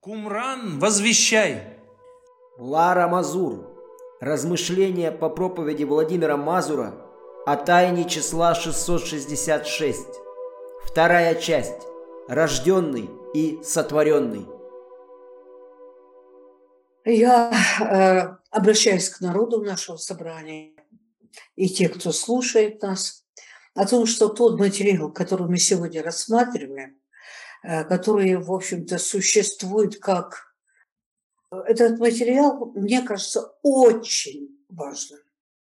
Кумран, возвещай! Лара Мазур. Размышления по проповеди Владимира Мазура о тайне числа 666. Вторая часть. Рожденный и сотворенный. Я обращаюсь к народу нашего собрания и те, кто слушает нас, о том, что тот материал, который мы сегодня рассматриваем, который, в общем-то, существует как... Этот материал, мне кажется, очень важным.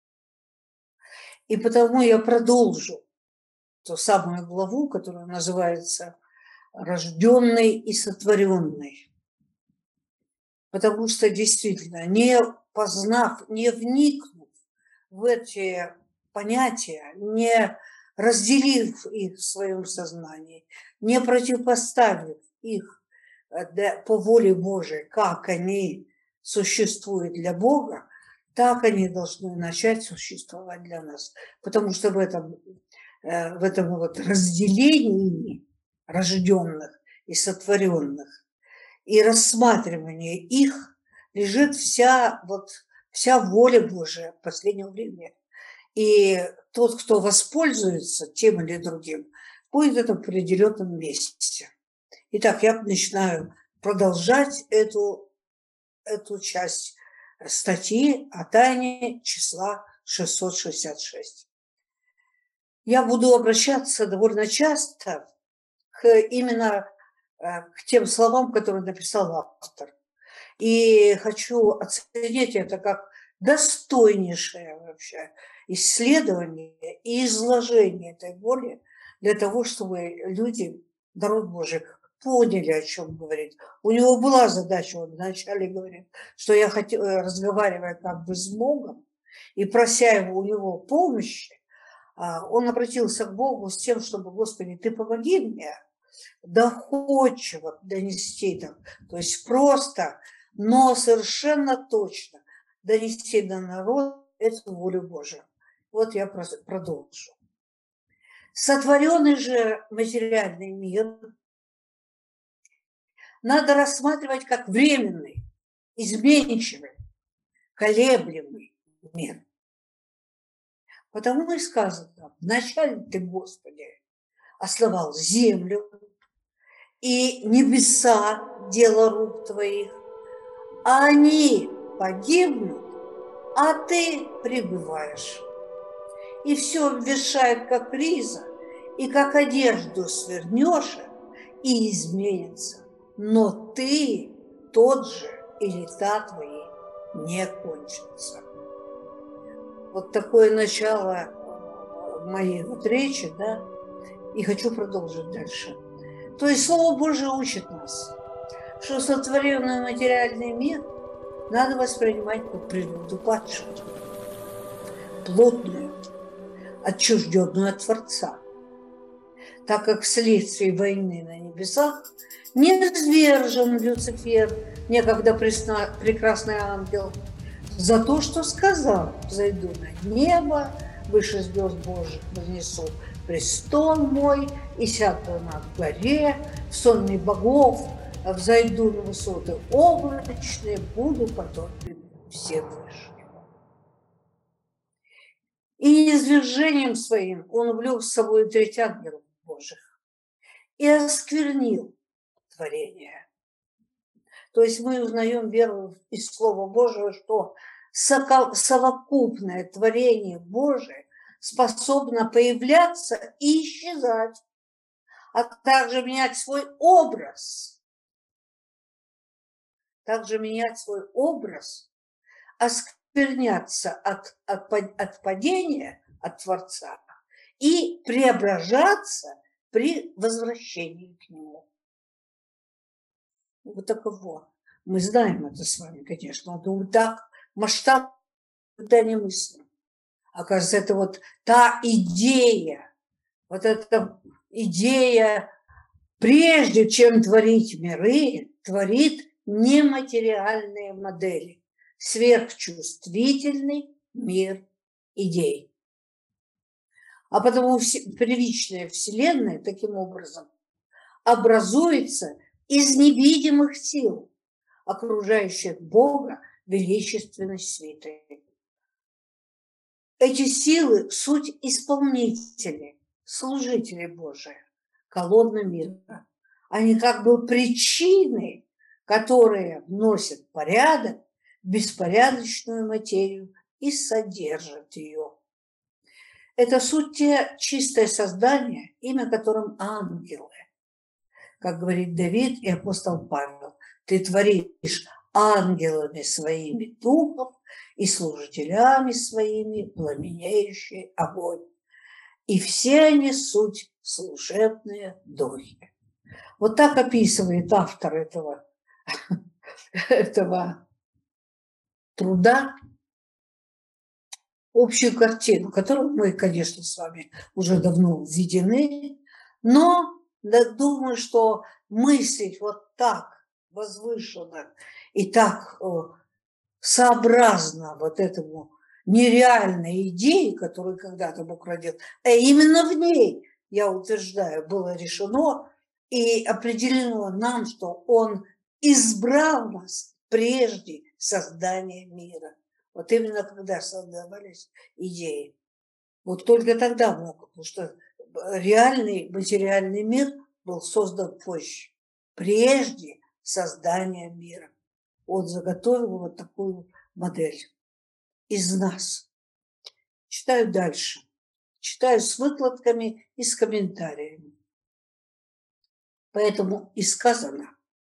И потому я продолжу ту самую главу, которая называется «Рожденный и сотворенный». Потому что действительно, не познав, не вникнув в эти понятия, не разделив их в своем сознании, не противопоставив их по воле Божией, как они существуют для Бога, так они должны начать существовать для нас. Потому что в этом вот разделении рожденных и сотворенных и рассматривание их лежит вся воля Божия в последнее время. И тот, кто воспользуется тем или другим, будет в этом определенном месте. Итак, я начинаю продолжать эту часть статьи о тайне числа 666. Я буду обращаться довольно часто именно к тем словам, которые написал автор. И хочу оценить это как достойнейшее вообще исследование и изложение этой воли для того, чтобы люди, народ Божий, поняли, о чем говорит. У него была задача, он вначале говорит, что я разговаривая как бы с Богом и прося у него помощи, он обратился к Богу с тем, чтобы, Господи, ты помоги мне доходчиво донести там, то есть просто, но совершенно точно донести до народа эту волю Божию. Вот я продолжу. Сотворенный же материальный мир надо рассматривать как временный, изменчивый, колеблемый мир. Потому и сказано: вначале ты, Господи, основал землю, и небеса – дело рук твоих, а они погибнут, а ты пребываешь. И все обветшает, как риза, и как одежду свернешь, и изменится. Но ты тот же, и лета твои не кончатся. Вот такое начало моей речи, да, и хочу продолжить дальше. То есть Слово Божие учит нас, что сотворенный материальный мир надо воспринимать как природу падшую, плотную, отчужденную от Творца, так как вследствие войны на небесах низвержен Люцифер, некогда прекрасный ангел, за то, что сказал: «Взойду на небо, выше звезд Божьих вознесу престол мой, и сяду на горе, в сонме богов, взойду на высоты облачные, буду подобен Всевышнему». И низвержением своим он увлек с собой 3 ангелов Божьих и осквернил творение. То есть мы узнаем веру из Слова Божьего, что совокупное творение Божие способно появляться и исчезать, а также менять свой образ. Оскверняться от падения от Творца и преображаться при возвращении к Нему. Вот таково. Мы знаем это с вами, конечно, но так масштаб никогда не мыслим. Оказывается, это вот та идея, вот эта идея, прежде чем творить миры, творит нематериальные модели, сверхчувствительный мир идей. А потому первичная Вселенная таким образом образуется из невидимых сил, окружающих Бога величественной свитой. Эти силы – суть исполнителей, служителей Божия, колонны мира. Они как бы причины, которые вносят порядок в беспорядочную материю и содержат ее. Это суть те чистое создание, имя которым ангелы. Как говорит Давид и апостол Павел, ты творишь ангелами своими духов и служителями своими пламенеющий огонь. И все они суть служебные духи. Вот так описывает автор этого труда общую картину, которую мы, конечно, с вами уже давно введены, но думаю, что мыслить вот так возвышенно и так сообразно вот этому нереальной идее, которую когда-то Бог родил, а именно в ней, я утверждаю, было решено и определено нам, что Он избрал нас прежде создания мира. Вот именно когда создавались идеи. Вот только тогда мог, потому что реальный материальный мир был создан позже, прежде создания мира. Он заготовил вот такую модель из нас. Читаю дальше. Читаю с выкладками и с комментариями. Поэтому и сказано: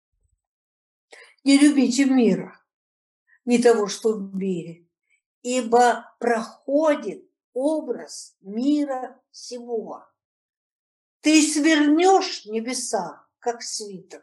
не любите мира, не того, что в мире, ибо проходит образ мира сего. Ты свернешь небеса, как свиток,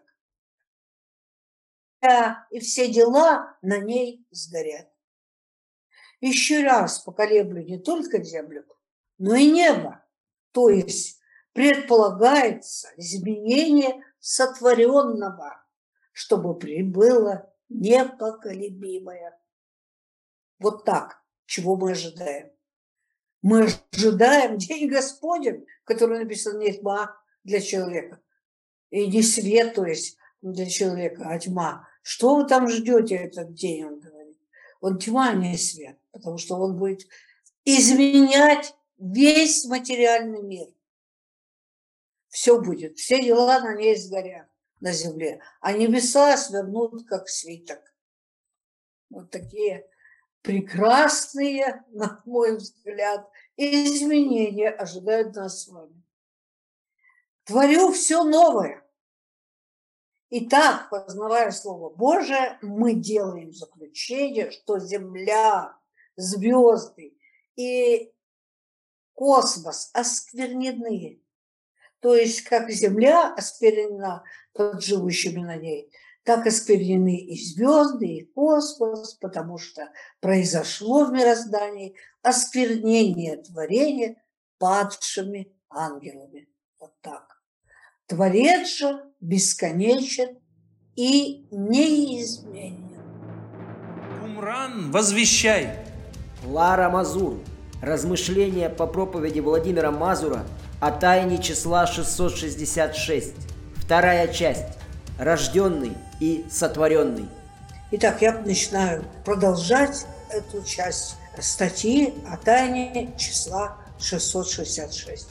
и все дела на ней сгорят. Еще раз поколеблю не только землю, но и небо. То есть предполагается изменение сотворенного, чтобы прибыло непоколебимое. Вот так, чего мы ожидаем. Мы ожидаем день Господень, который написан не тьма для человека, и не свет, то есть для человека, а тьма. Что вы там ждете этот день, он говорит. Он тьма, а не свет, потому что он будет изменять весь материальный мир. Все будет, все дела на ней сгорят, на земле, а небеса свернут, как свиток. Вот такие прекрасные, на мой взгляд, изменения ожидают нас с вами. Творю все новое. Итак, познавая Слово Божие, мы делаем заключение, что Земля, звезды и космос осквернены. То есть, как Земля осквернена под живущими на ней, так осквернены и звезды, и космос, потому что произошло в мироздании осквернение творения падшими ангелами. Вот так. Творец же бесконечен и неизменен. Кумран, возвещай! Лара Мазур. Размышления по проповеди Владимира Мазура о тайне числа 666. Вторая часть. Рожденный и сотворенный. Итак, я начинаю продолжать эту часть статьи о тайне числа 666.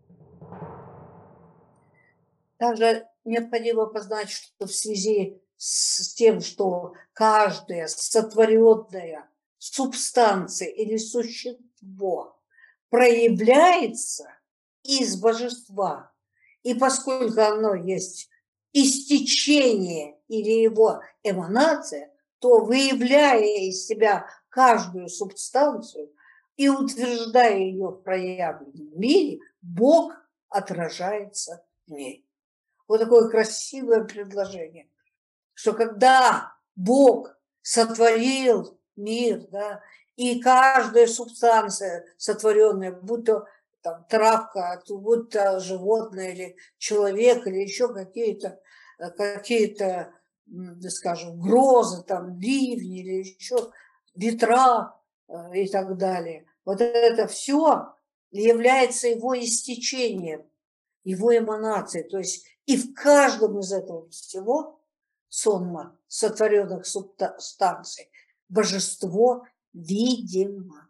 Также необходимо познать, что в связи с тем, что каждая сотворенная субстанция или существо проявляется из божества, и поскольку оно есть истечение или его эманация, то, выявляя из себя каждую субстанцию и утверждая ее в проявленном мире, Бог отражается в ней. Вот такое красивое предложение, что когда Бог сотворил мир, да, и каждая субстанция сотворенная, будь то там, травка, будь то животное или человек, или еще какие-то, скажем, грозы, там, ливни или еще ветра и так далее. Вот это все является его истечением, его эманацией. То есть и в каждом из этого всего сонма сотворенных субстанций. Божество видимо.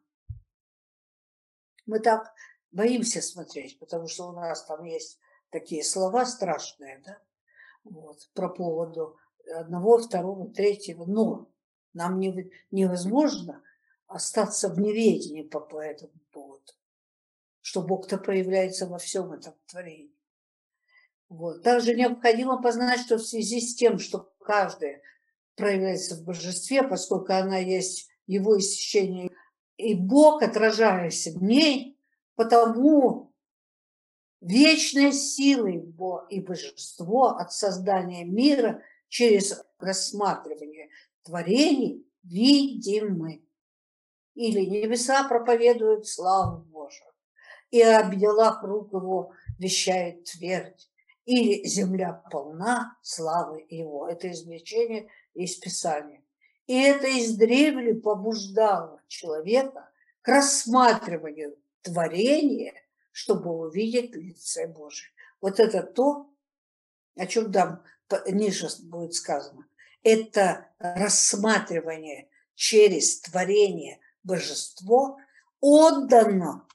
Мы так боимся смотреть, потому что у нас там есть такие слова страшные, да, вот, про поводу одного, второго, третьего, но нам невозможно остаться в неведении по этому поводу, что Бог-то проявляется во всем этом творении. Вот. Также необходимо познать, что в связи с тем, что каждая проявляется в божестве, поскольку она есть его исчисление, и Бог, отражаясь в ней, потому вечной силой и божество от создания мира через рассматривание творений видимы. Или небеса проповедуют славу Божию, и о делах рук его вещает твердь, или земля полна славы его. Это извлечение из Писания. И это издревле побуждало человека к рассматриванию творения, чтобы увидеть лице Божие. Вот это то, о чем там ниже будет сказано. Это рассматривание через творение божество отдано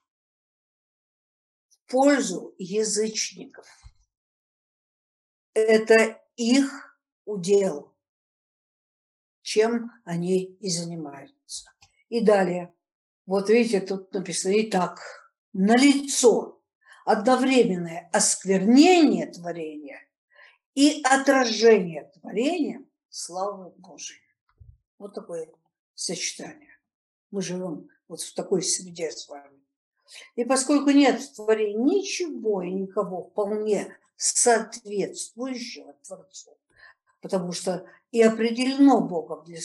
в пользу язычников. Это их удел, чем они и занимаются. И далее. Вот видите, тут написано: «Итак, налицо одновременное осквернение творения и отражение творения славы Божией». Вот такое сочетание. Мы живем вот в такой среде с вами. И поскольку нет в творении ничего и никого вполне соответствующего Творцу, потому что и определено Богом для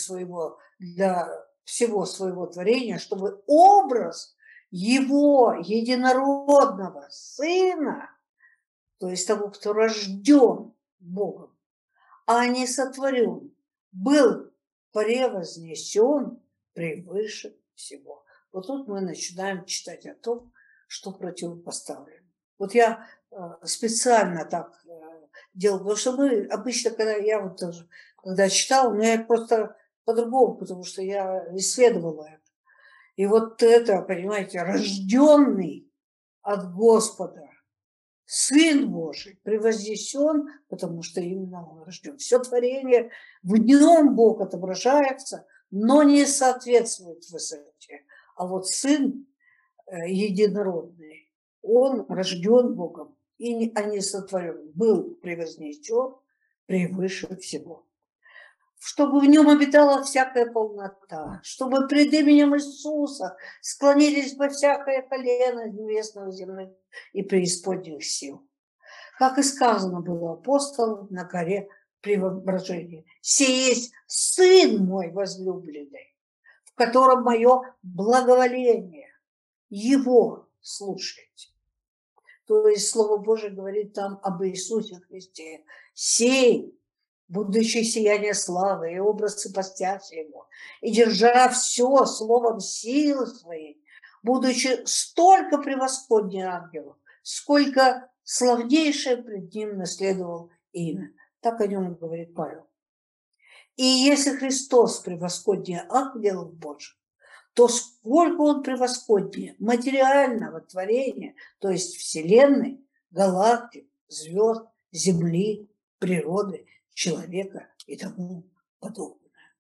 всего своего творения, чтобы образ его единородного Сына, то есть того, кто рожден Богом, а не сотворен, был превознесен превыше всего. Вот тут мы начинаем читать о том, что противопоставлено. Вот я специально так делал, потому что мы обычно, когда читала, но я просто по-другому, потому что я исследовала это. И вот это, понимаете, рожденный от Господа Сын Божий превознесен, потому что именно он рожден. Все творение, в нем Бог отображается, но не соответствует высоте. А вот Сын единородный, он рожден Богом, а не сотворен, был превознесен превыше всего. Чтобы в нем обитала всякая полнота, чтобы пред именем Иисуса склонились бы всякое колено небесных, земных и преисподних сил. Как и сказано было апостолам на горе Преображения: «Сей есть Сын мой возлюбленный, в котором мое благоволение, его слушайте». То есть Слово Божие говорит там об Иисусе Христе. «Сей, будучи сияние славы и образ ипостаси его, и держа все словом силы своей, будучи столько превосходнее ангелов, сколько славнейшее пред ним наследовал имя». Так о нем говорит Павел. И если Христос превосходнее ангелов Божьих, то сколько он превосходнее материального творения, то есть Вселенной, галактик, звезд, Земли, природы, человека и тому подобное.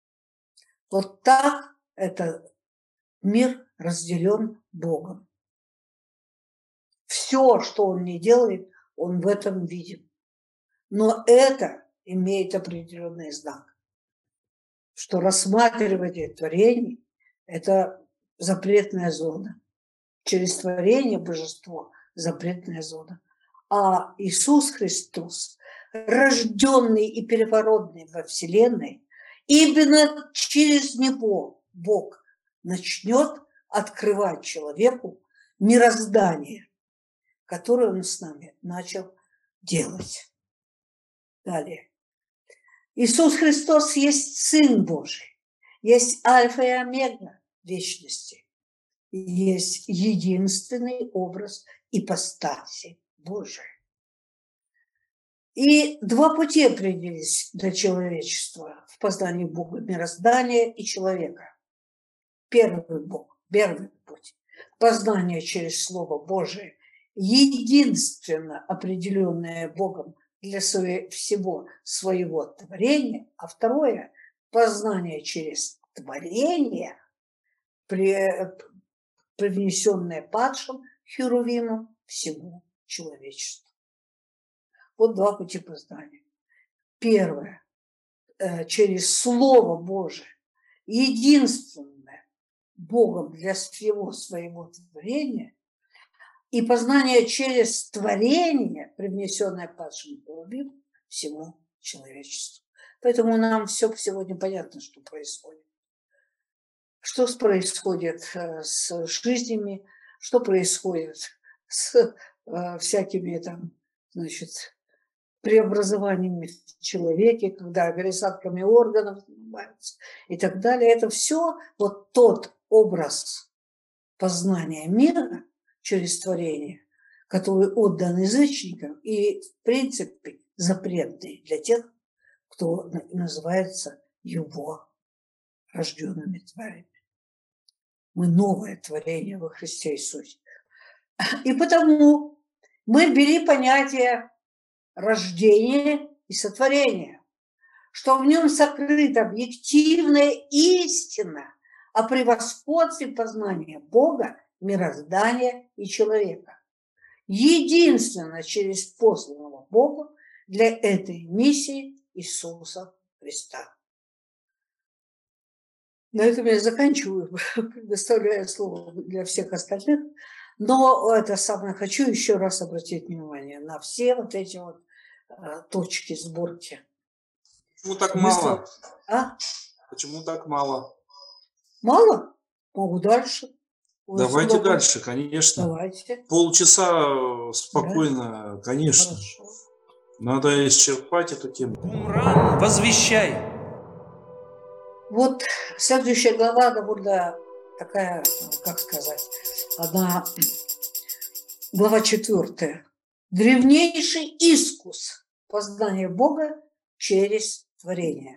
Вот так этот мир разделен Богом. Все, что он не делает, он в этом виден. Но это имеет определенный знак, что рассматривание творений – это запретная зона. Через творение божество – запретная зона. А Иисус Христос, рожденный и первородный во Вселенной, именно через Него Бог начнет открывать человеку мироздание, которое Он с нами начал делать. Далее. Иисус Христос есть Сын Божий, есть Альфа и Омега вечности, есть единственный образ ипостаси Божией. И два пути определились для человечества в познании Бога: мироздания и человека. Первый путь – познание через Слово Божие, единственно определенное Богом для всего своего творения, а второе – познание через творение, привнесенное падшим Херувимом всему человечеству. Вот два пути познания. Первое – через Слово Божие, единственное Богом для всего своего творения, и познание через творение, привнесенное падшим Херувимом всему человечеству. Поэтому нам все сегодня понятно, что происходит. Что происходит с жизнями, что происходит с всякими там, значит, преобразованиями в человеке, когда пересадками органов занимаются и так далее. Это все вот тот образ познания мира через творение, который отдан язычникам и, в принципе, запретный для тех, кто называется его рожденными тварями. Мы новое творение во Христе Иисусе. И потому мы ввели понятие рождения и сотворения, что в нем сокрыта объективная истина о превосходстве познания Бога, мироздания и человека. Единственно через посланного Бога для этой миссии Иисуса Христа. На этом я заканчиваю, предоставляя слово для всех остальных. Но это самое, хочу еще раз обратить внимание на все вот эти вот точки сборки. Почему так мало? А? Почему так мало? Мало? Могу дальше. Давайте дальше, конечно. Давайте. Полчаса спокойно, да? Конечно. Хорошо. Надо исчерпать эту тему. Кумран, возвещай! Вот следующая глава довольно такая, как сказать, одна глава 4. Древнейший искус познания Бога через творение.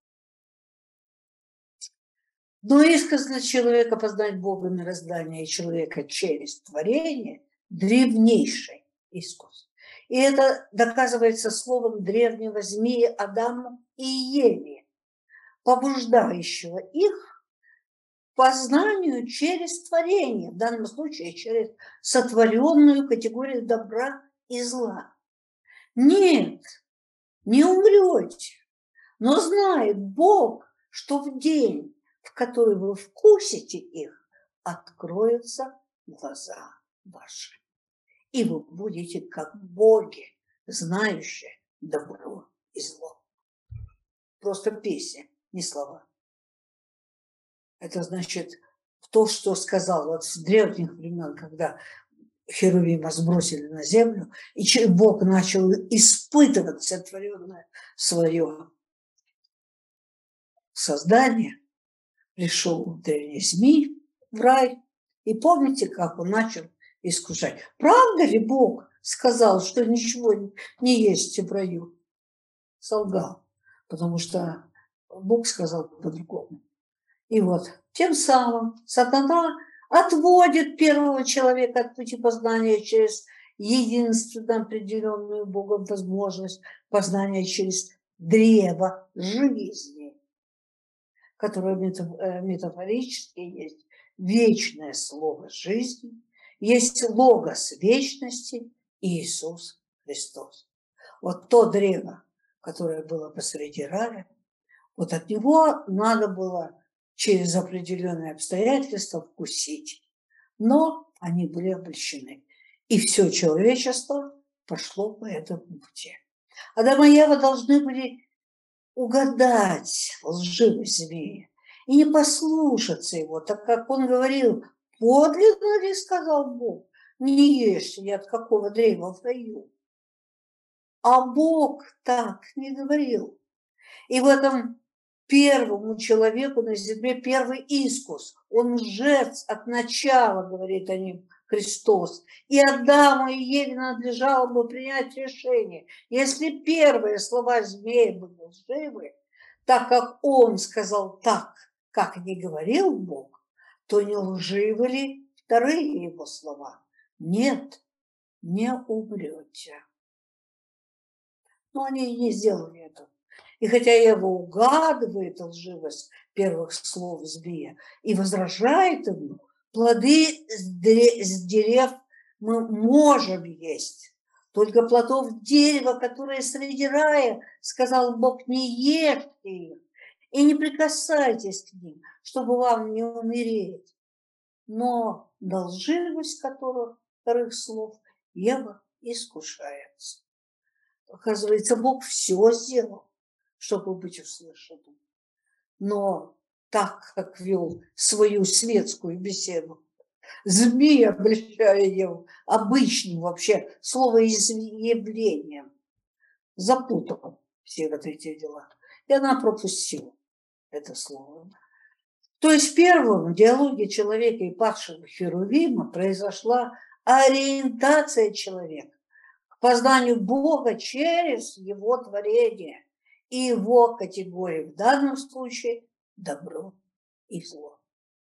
Но искус для человека познать Бога, мироздание и человека через творение – древнейший искус. И это доказывается словом древнего змея Адама и Еве, побуждающего их познанию через творение, в данном случае через сотворенную категорию добра и зла. Нет, не умрете, но знает Бог, что в день, в который вы вкусите их, откроются глаза ваши, и вы будете как боги, знающие добро и зло. Просто песня, не слова. Это значит то, что сказал вот с древних времен, когда Херувима сбросили на землю, и Бог начал испытывать сотворенное свое создание. Пришел древний змей в рай, и помните, как он начал искушать? Правда ли Бог сказал, что ничего не есть в раю? Солгал, потому что Бог сказал по-другому. И вот тем самым сатана отводит первого человека от пути познания через единственно определенную Богом возможность познания через древо жизни, которое метафорически есть вечное слово жизни, есть логос вечности Иисус Христос. Вот то древо, которое было посреди рая, вот от него надо было через определенные обстоятельства вкусить. Но они были обречены. И все человечество пошло по этому пути. Адам и Ева должны были угадать лживость змея и не послушаться его, так как он говорил: подлинно ли сказал Бог, не ешьте ни от какого древа в раю. А Бог так не говорил. И в этом первому человеку на земле первый искус. Он лжец от начала, говорит о нем Христос. И Адаму и Еве надлежало бы принять решение. Если первые слова змея были лживы, так как он сказал так, как не говорил Бог, то не лживы ли вторые его слова? Нет, не умрете. Но они и не сделали это. И хотя Ева угадывает лживость первых слов змея и возражает ему, плоды с дерев мы можем есть. Только плодов дерева, которые среди рая, сказал Бог, не ешьте их и не прикасайтесь к ним, чтобы вам не умереть. Но на лживость которых вторых слов Ева искушается. Оказывается, Бог все сделал, чтобы быть услышанным. Но так как вел свою светскую беседу, змея, обличая его обычным вообще словоизъявлением, запутал все вот эти дела. И она пропустила это слово. То есть в первом диалоге человека и падшего Херувима произошла ориентация человека к познанию Бога через его творение и его категории, в данном случае добро и зло.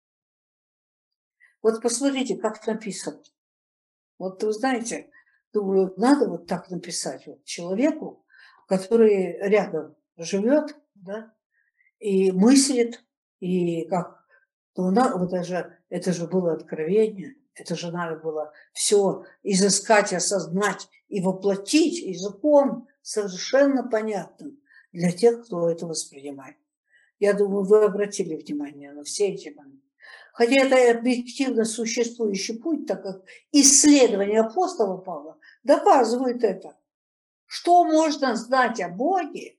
Вот посмотрите, как написано. Вот вы знаете, думаю, надо вот так написать вот человеку, который рядом живет, да, и мыслит, и как, то вот это же было откровение, это же надо было все изыскать, осознать и воплотить языком совершенно понятным для тех, кто это воспринимает. Я думаю, вы обратили внимание на все эти моменты. Хотя это объективно существующий путь, так как исследования апостола Павла доказывают это. Что можно знать о Боге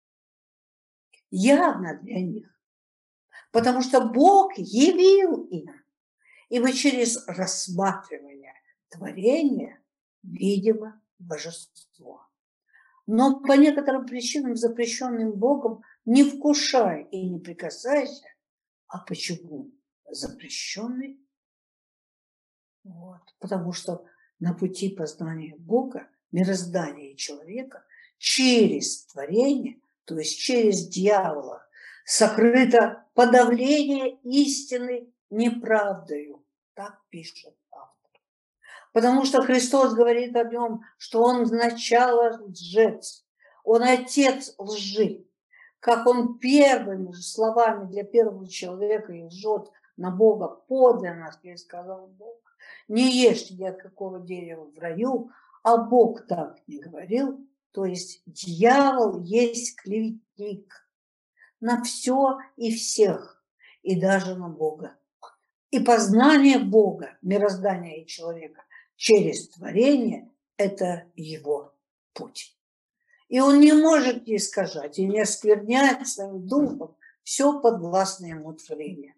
явно для них. Потому что Бог явил им. И мы через рассматривание творения видим божество. Но по некоторым причинам, запрещенным Богом, не вкушай и не прикасайся. А почему запрещенный? Вот. Потому что на пути познания Бога, мироздания человека, через творение, то есть через дьявола, сокрыто подавление истины неправдою. Так пишет автор. Потому что Христос говорит о нем, что он начало лжец, он отец лжи. Как он первыми же словами для первого человека и лжет на Бога подлинно, как сказал Бог. Не ешьте ни от какого дерева в раю, а Бог так не говорил. То есть дьявол есть клеветник на все и всех, и даже на Бога. И познание Бога, мироздания и человека через творение – это его путь. И он не может не искажать и не осквернять своим духом все подвластное ему творение.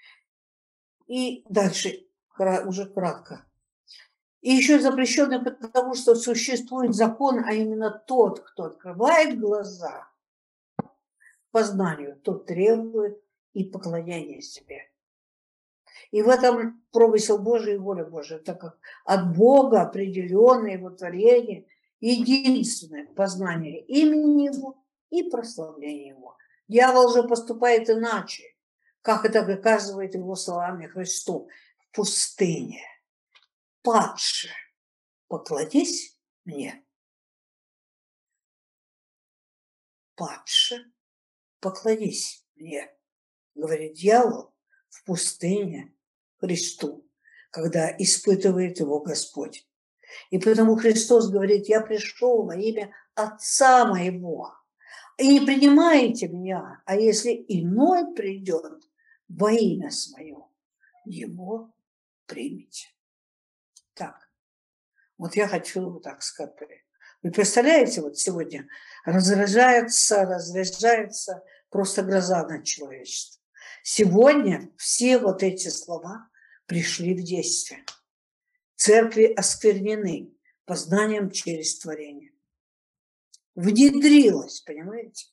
И дальше, уже кратко. И еще запрещенный, потому что существует закон, а именно тот, кто открывает глаза к познанию, тот требует и поклонения себе. И в этом промысел Божий и воля Божия, так как от Бога определенное его творение, единственное познание имени его и прославление его. Дьявол же поступает иначе, как это доказывает его словами Христу в пустыне. Падше, поклонись мне. Падше, поклонись мне, говорит дьявол в пустыне Христу, когда испытывает его Господь. И потому Христос говорит, я пришел во имя Отца моего. И не принимаете меня, а если иной придет во имя свое, его примите. Так, вот я хочу вот так сказать. Вы представляете, вот сегодня разряжается просто гроза над человечеством. Сегодня все вот эти слова пришли в действие. Церкви осквернены познанием через творение. Внедрилось, понимаете,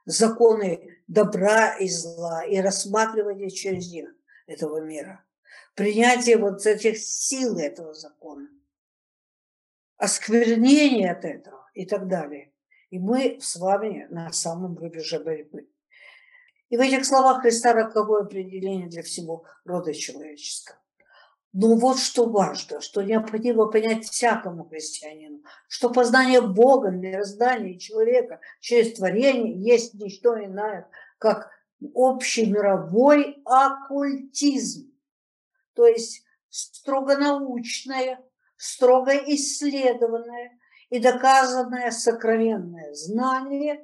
законы добра и зла и рассматривание через них этого мира. принятие вот этих сил этого закона, осквернение от этого и так далее. И мы с вами на самом рубеже борьбы. И в этих словах Христа роковое определение для всего рода человеческого. Но вот что важно, что необходимо понять всякому христианину, что познание Бога, мироздания и человека через творение есть не что иное, как общий мировой оккультизм. То есть строго научное, строго исследованное и доказанное сокровенное знание,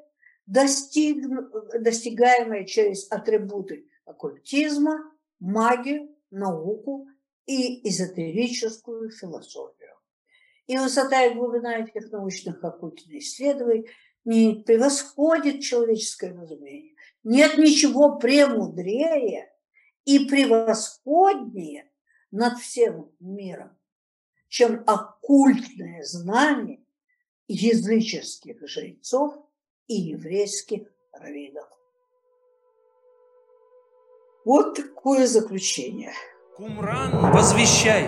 достигаемое через атрибуты оккультизма, магию, науку и эзотерическую философию. И высота и глубина этих научных оккультных исследований не превосходит человеческое разумение. Нет ничего премудрее и превосходнее над всем миром, чем оккультное знание языческих жрецов и еврейских раввинов. Вот такое заключение. Кумран, возвещай!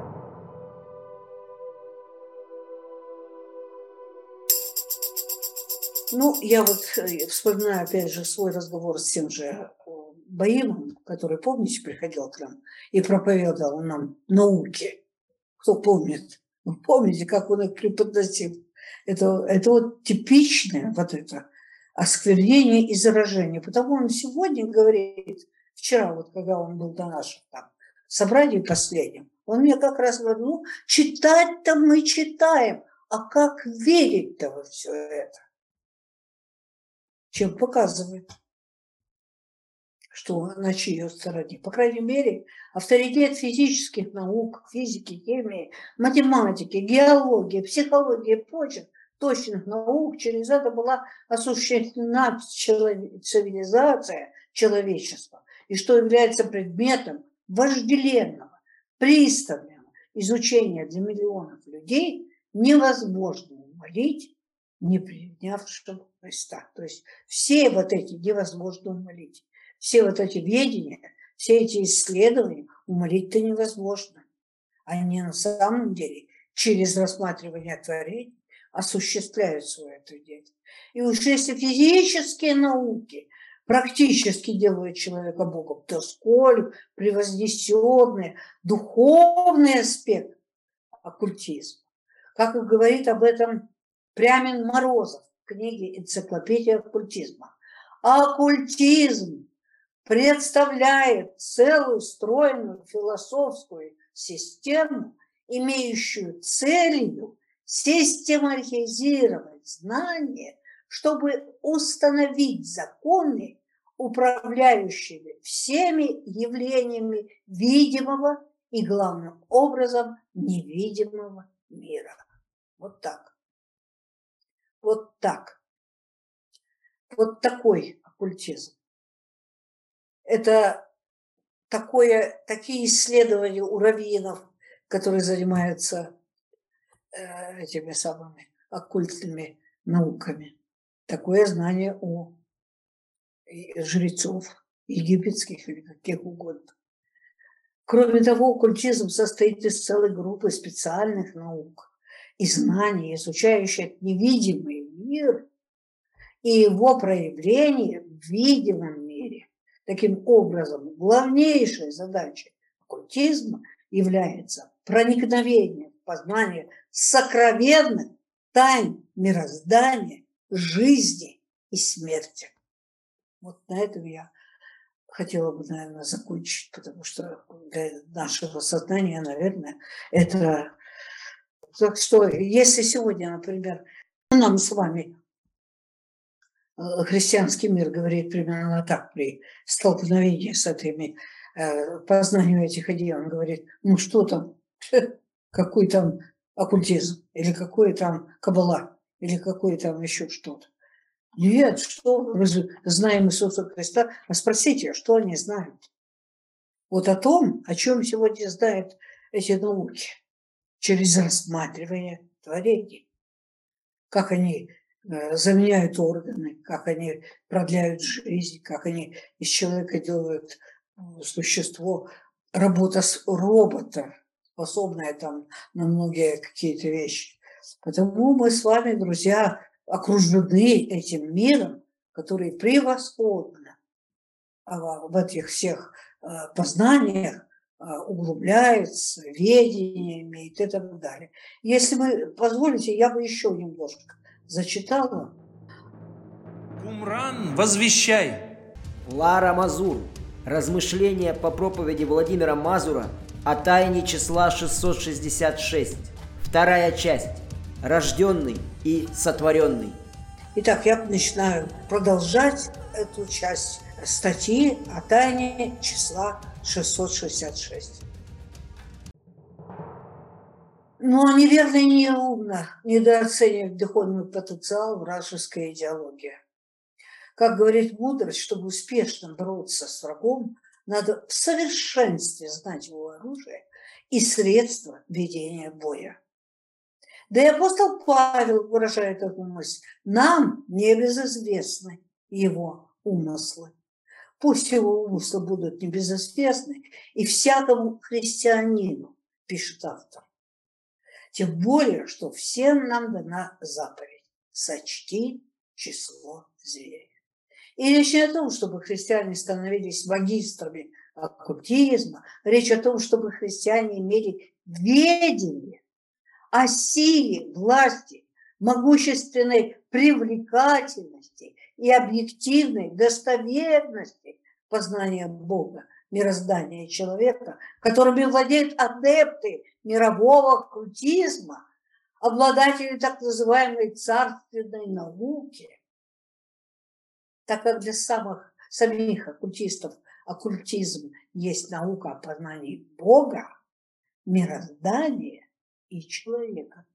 Ну, я вот вспоминаю, опять же, свой разговор с тем же Баимом, который, помните, приходил к нам и проповедовал нам науки. Кто помнит? Вы помните, как он их преподносил? Это вот типичное вот это осквернение и заражение. Потому он сегодня говорит, вчера вот, когда он был на нашем там собрании последнем, он мне как раз говорил, ну, читать-то мы читаем, а как верить-то во все это? Чем показывает, что на чьей стороне. По крайней мере, авторитет физических наук, физики, химии, математики, геологии, психологии и прочих точных наук, через это была осуществлена цивилизация человечества, и что является предметом вожделенного, пристального изучения для миллионов людей, невозможно умолить, не принявшим Христа. То есть все вот эти невозможно умолить. Все вот эти ведения, все эти исследования умолить-то невозможно. Они на самом деле через рассматривание творений осуществляют свою эту деятельность. И уж если физические науки практически делают человека Богом, то сколь превознесенный духовный аспект оккультизма. Как и говорит об этом Прямин Морозов в книге «Энциклопедия оккультизма». Оккультизм представляет целую стройную философскую систему, имеющую целью систематизировать знания, чтобы установить законы, управляющие всеми явлениями видимого и, главным образом, невидимого мира. Вот так. Вот так. Вот такой оккультизм. Это такие исследования у раввинов, которые занимаются этими самыми оккультными науками. Такое знание у жрецов египетских или каких угодно. Кроме того, оккультизм состоит из целой группы специальных наук и знаний, изучающих невидимый мир и его проявление в видимом мире. Таким образом, главнейшей задачей оккультизма является проникновение в познание сокровенных тайн мироздания, жизни и смерти. Вот на этом я хотела бы, наверное, закончить, потому что для нашего сознания, наверное, это... Так что, если сегодня, например, нам с вами христианский мир говорит примерно так при столкновении с этими познанием этих идей, он говорит, ну что там, какой там оккультизм, или какой там каббала, или какой там еще что-то. Нет, что мы знаем Иисуса Христа, а спросите, что они знают? Вот о том, о чем сегодня знают эти науки, через рассматривание творений, как они заменяют органы, как они продляют жизнь, как они из человека делают существо работа с робота, способная там на многие какие-то вещи. Потому мы с вами, друзья, окружены этим миром, который превосходно в этих всех познаниях углубляется, ведение имеет и так далее. Если вы позволите, я бы еще немножко зачитала. Кумран, возвещай! Лара Мазур. Размышления по проповеди Владимира Мазура о тайне числа 666. Вторая часть. Рожденный и сотворенный. Итак, я начинаю продолжать эту часть статьи о тайне числа 666. Но неверно и неумно недооценивать духовный потенциал вражеской идеологии. Как говорит мудрость, чтобы успешно бороться с врагом, надо в совершенстве знать его оружие и средства ведения боя. Да и апостол Павел выражает эту мысль. Нам небезызвестны его умыслы. Пусть его умыслы будут небезызвестны и всякому христианину, пишет автор. Тем более, что всем нам дана заповедь – сочти число зверя. И речь не о том, чтобы христиане становились магистрами оккультизма, речь о том, чтобы христиане имели ведение о силе, власти, могущественной привлекательности и объективной достоверности познания Бога, мироздания человека, которыми владеют адепты мирового оккультизма, обладатели так называемой царственной науки. Так как для самих оккультистов оккультизм есть наука о познании Бога, мироздания и человека.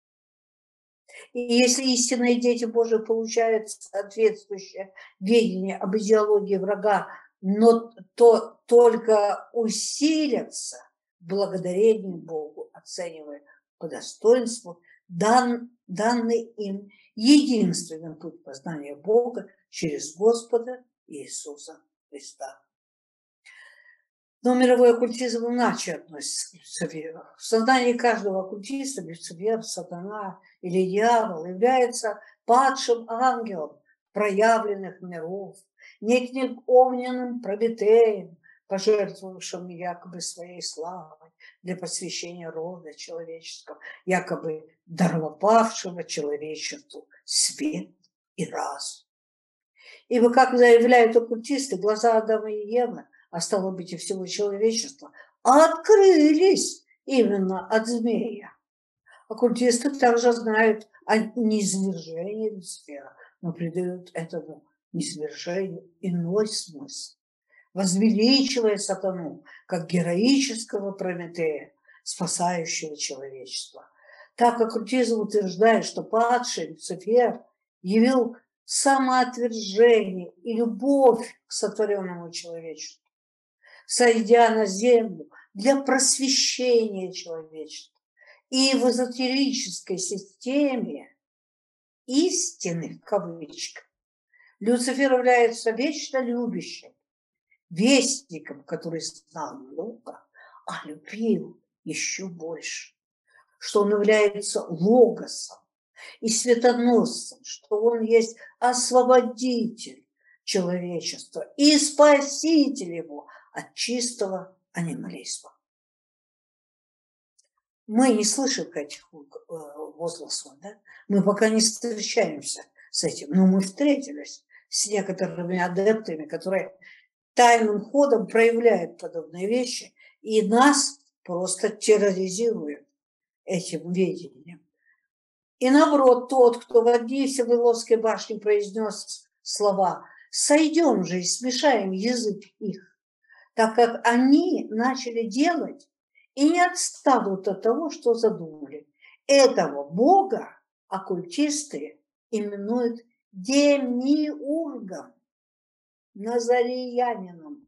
И если истинные дети Божии получают соответствующее ведение об идеологии врага, но то только усилятся благодарение Богу, оценивая по достоинству данный им единственный путь познания Бога через Господа Иисуса Христа. Но мировой оккультизм иначе относится к Люциферу. В сознании каждого оккультиста Люцифер, сатана или дьявол является падшим ангелом проявленных миров, неким огненным Прометеем, пожертвовавшим якобы своей славой для посвящения рода человеческого, якобы даровавшего человечеству свет и разум. Ибо, как заявляют оккультисты, глаза Адама и Евы, а стало быть и всего человечества, открылись именно от змея. Оккультисты также знают о низвержении Люцифера, но придают этому низвержению иной смысл, возвеличивая сатану как героического Прометея, спасающего человечество. Так оккультизм утверждает, что падший Люцифер явил самоотвержение и любовь к сотворенному человечеству, сойдя на землю для просвещения человечества. И в эзотерической системе истины, в кавычках, Люцифер является вечно любящим, вестником, который знал много, а любил еще больше, что он является логосом и светоносцем, что он есть освободитель человечества и спаситель его от чистого анимализма. Мы не слышим этих возгласов, да? Мы пока не встречаемся с этим, но мы встретились с некоторыми адептами, которые тайным ходом проявляют подобные вещи и нас просто терроризируют этим ведением. И наоборот, тот, кто в дни Всеволожской башни произнес слова «сойдем же и смешаем язык их», так как они начали делать и не отстанут от того, что задумали. Этого Бога оккультисты именуют демиургом, назариянином.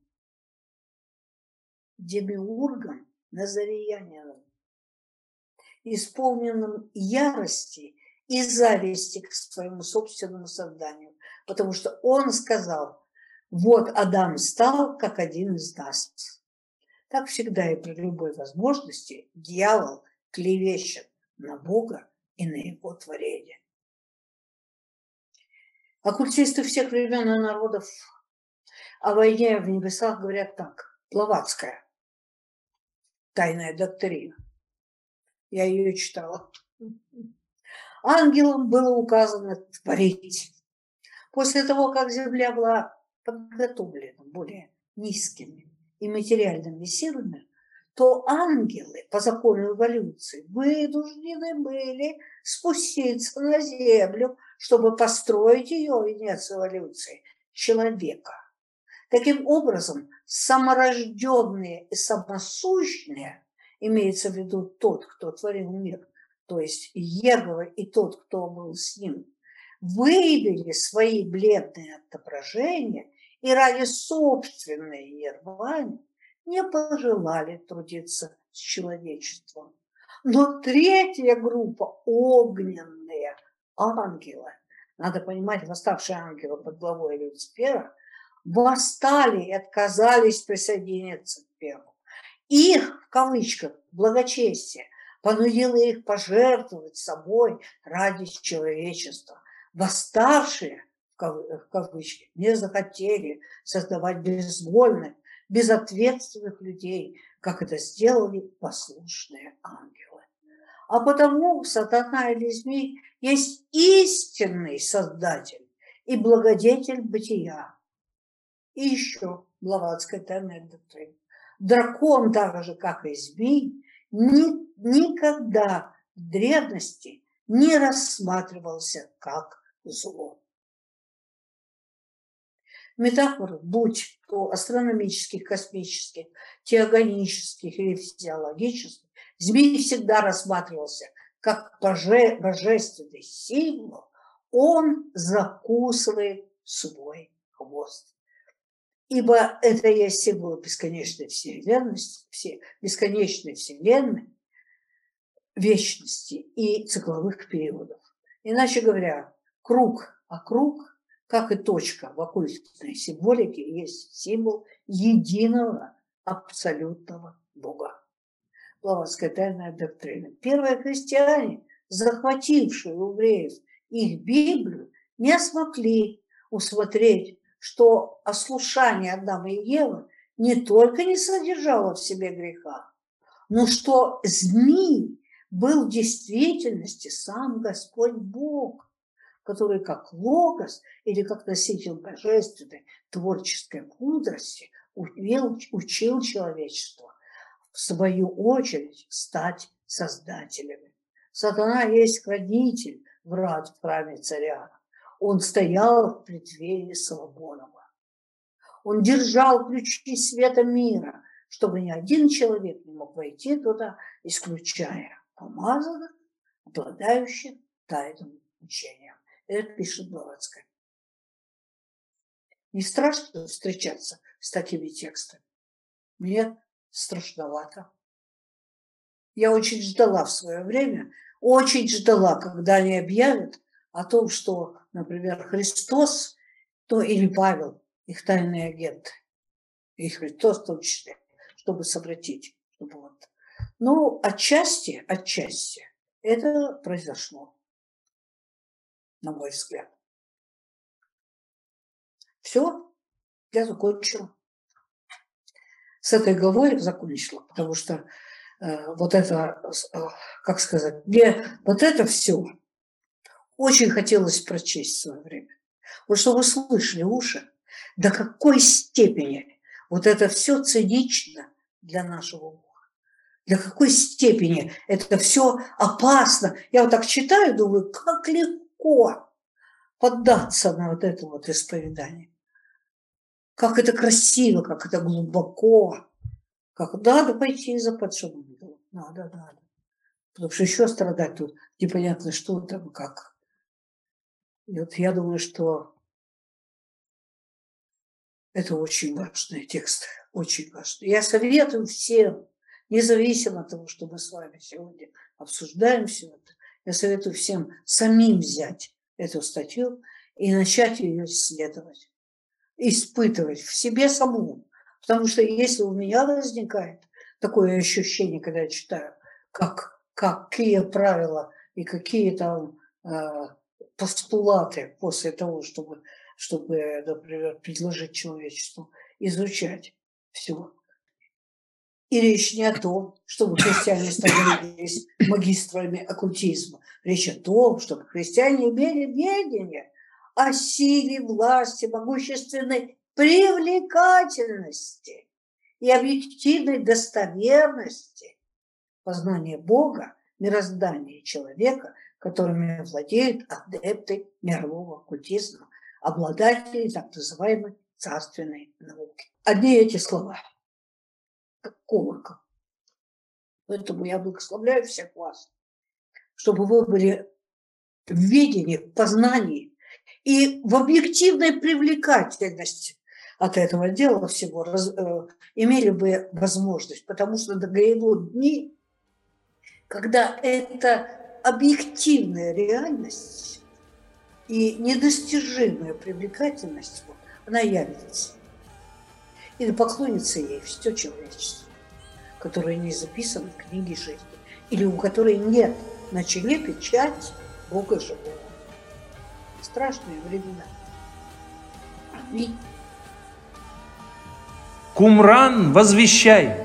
Демиургом, назариянином, исполненным ярости и зависти к своему собственному созданию, потому что он сказал: вот Адам стал как один из нас. Так всегда и при любой возможности дьявол клевещет на Бога и на его творение. Оккультисты всех времен и народов о войне в небесах говорят так. Блаватская. Тайная доктрина. Я ее читала. Ангелам было указано творить. После того, как Земля была подготовлена более низкими и материальными силами, то ангелы по закону эволюции вынуждены были спуститься на Землю, чтобы построить ее венец эволюции – человека. Таким образом, саморожденные и самосущные, имеется в виду тот, кто творил мир, то есть Егова и тот, кто был с ним, выявили свои бледные отображения и ради собственной нирваны не пожелали трудиться с человечеством. Но третья группа – огненные ангелы, надо понимать, восставшие ангелы под главой Люцифера, восстали и отказались присоединиться к первому. Их, в кавычках, благочестие понудило их пожертвовать собой ради человечества. Восставшие, в кавычках, не захотели создавать безвольных, безответственных людей, как это сделали послушные ангелы. А потому сатана или змей есть истинный создатель и благодетель бытия. И еще Блаватская тайная доктрина. Дракон, так же, как и змей, никогда в древности не рассматривался как зло. Метафоры, будь то астрономических, космических, теогонических или физиологических, змей всегда рассматривался как божественный символ, он закусывает свой хвост. Ибо это есть символ бесконечной вселенности, бесконечной вселенной, вечности и цикловых периодов. Иначе говоря, круг, как и точка в оккультной символике, есть символ единого абсолютного Бога. Блаватская тайная доктрина. Первые христиане, захватившие у евреев их Библию, не смогли усмотреть, что ослушание Адама и Евы не только не содержало в себе греха, но что змей был в действительности сам Господь Бог, который как логос или как носитель божественной творческой мудрости учил человечество в свою очередь стать создателями. Сатана есть хранитель врат в храме царя. Он стоял в преддверии Соломонова. Он держал ключи света мира, чтобы ни один человек не мог войти туда, исключая помазанных, обладающих тайным учением. Это пишет Блаватская. Не страшно встречаться с такими текстами? Мне страшновато. Я очень ждала в свое время, когда они объявят о том, что, например, Христос, или Павел, их тайный агент, и Христос в том числе, чтобы совратить. Ну, отчасти это произошло, на мой взгляд. все, я закончила. С этой главой закончила, потому что вот это, как сказать, мне вот это все очень хотелось прочесть в свое время. Вот чтобы вы слышали уши, до какой степени вот это все цинично для нашего уха. До какой степени это все опасно. Я вот так читаю, думаю, как легко поддаться на вот это вот исповедание. Как это красиво, как это глубоко. Как надо пойти за подшивом. Надо. Потому что еще страдать тут непонятно, что там, как. И вот я думаю, что это очень важный текст. Очень важный. Я советую всем, независимо от того, что мы с вами сегодня обсуждаем все это, я советую всем самим взять эту статью и начать ее исследовать, испытывать в себе самому, Потому что если у меня возникает такое ощущение, когда я читаю, какие правила и какие там постулаты после того, чтобы, например, предложить человечеству изучать все. И речь не о том, чтобы христиане становились магистрами оккультизма. Речь о том, чтобы христиане имели ведение о силе, власти, могущественной привлекательности и объективной достоверности познания Бога, мироздания человека, которыми владеют адепты мирового оккультизма, обладатели так называемой царственной науки. Одни эти слова, как колокол. Поэтому я благословляю всех вас, чтобы вы были в видении, в познании и в объективной привлекательности от этого дела всего имели бы возможность, потому что догрядут дни, когда эта объективная реальность и недостижимая привлекательность, она явится. И поклонится ей все человечество, которое не записано в книге жизни, или у которой нет на челе печать Бога живого. Страшные времена. Аминь. Кумран, возвещай!